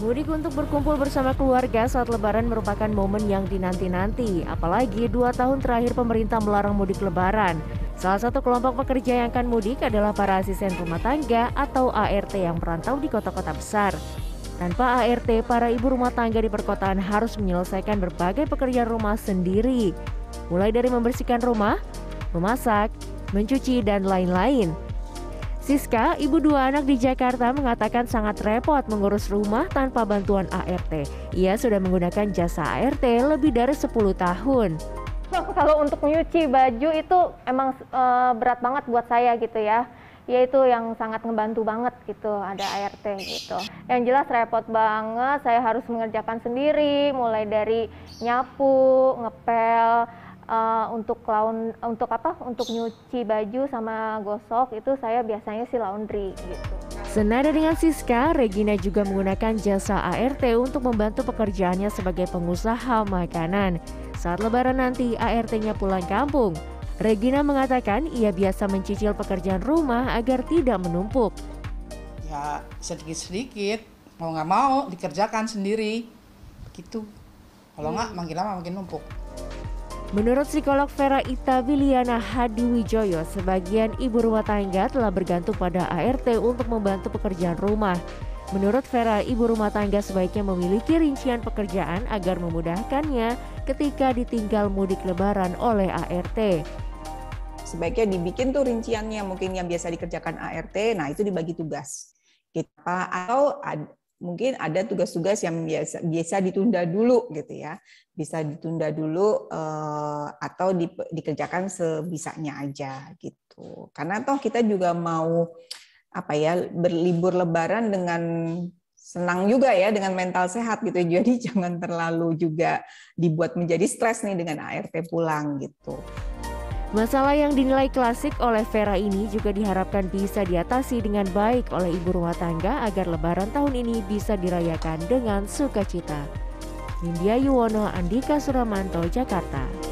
Mudik untuk berkumpul bersama keluarga saat Lebaran merupakan momen yang dinanti-nanti. Apalagi 2 tahun terakhir pemerintah melarang mudik Lebaran. Salah satu kelompok pekerja yang akan mudik adalah para asisten rumah tangga atau ART yang merantau di kota-kota besar. Tanpa ART, para ibu rumah tangga di perkotaan harus menyelesaikan berbagai pekerjaan rumah sendiri. Mulai dari membersihkan rumah, memasak, mencuci, dan lain-lain. Siska, ibu 2 anak di Jakarta, mengatakan sangat repot mengurus rumah tanpa bantuan ART. Ia sudah menggunakan jasa ART lebih dari 10 tahun. Kalau untuk nyuci baju itu emang berat banget buat saya gitu ya. Ya itu yang sangat ngebantu banget gitu, ada ART gitu. Yang jelas repot banget, saya harus mengerjakan sendiri, mulai dari nyapu, ngepel, untuk nyuci baju sama gosok itu saya biasanya sih laundry gitu. Senada dengan Siska, Regina juga menggunakan jasa ART untuk membantu pekerjaannya sebagai pengusaha makanan. Saat Lebaran nanti ART-nya pulang kampung. Regina mengatakan ia biasa mencicil pekerjaan rumah agar tidak menumpuk. Ya sedikit-sedikit, mau nggak mau dikerjakan sendiri gitu. Kalau nggak makin lama makin numpuk. Menurut psikolog Vera Ita Biliana Hadiwijoyo, sebagian ibu rumah tangga telah bergantung pada ART untuk membantu pekerjaan rumah. Menurut Vera, ibu rumah tangga sebaiknya memiliki rincian pekerjaan agar memudahkannya ketika ditinggal mudik Lebaran oleh ART. Sebaiknya dibikin tuh rinciannya, mungkin yang biasa dikerjakan ART, nah itu dibagi tugas. Atau mungkin ada tugas-tugas yang biasa ditunda dulu gitu ya, bisa ditunda dulu atau dikerjakan sebisanya aja gitu. Karena toh kita juga mau berlibur Lebaran dengan senang juga ya, dengan mental sehat gitu. Jadi jangan terlalu juga dibuat menjadi stres nih dengan ART pulang gitu. Masalah yang dinilai klasik oleh Vera ini juga diharapkan bisa diatasi dengan baik oleh ibu rumah tangga agar Lebaran tahun ini bisa dirayakan dengan sukacita. Nindya Yuwono, Andika Suramanto, Jakarta.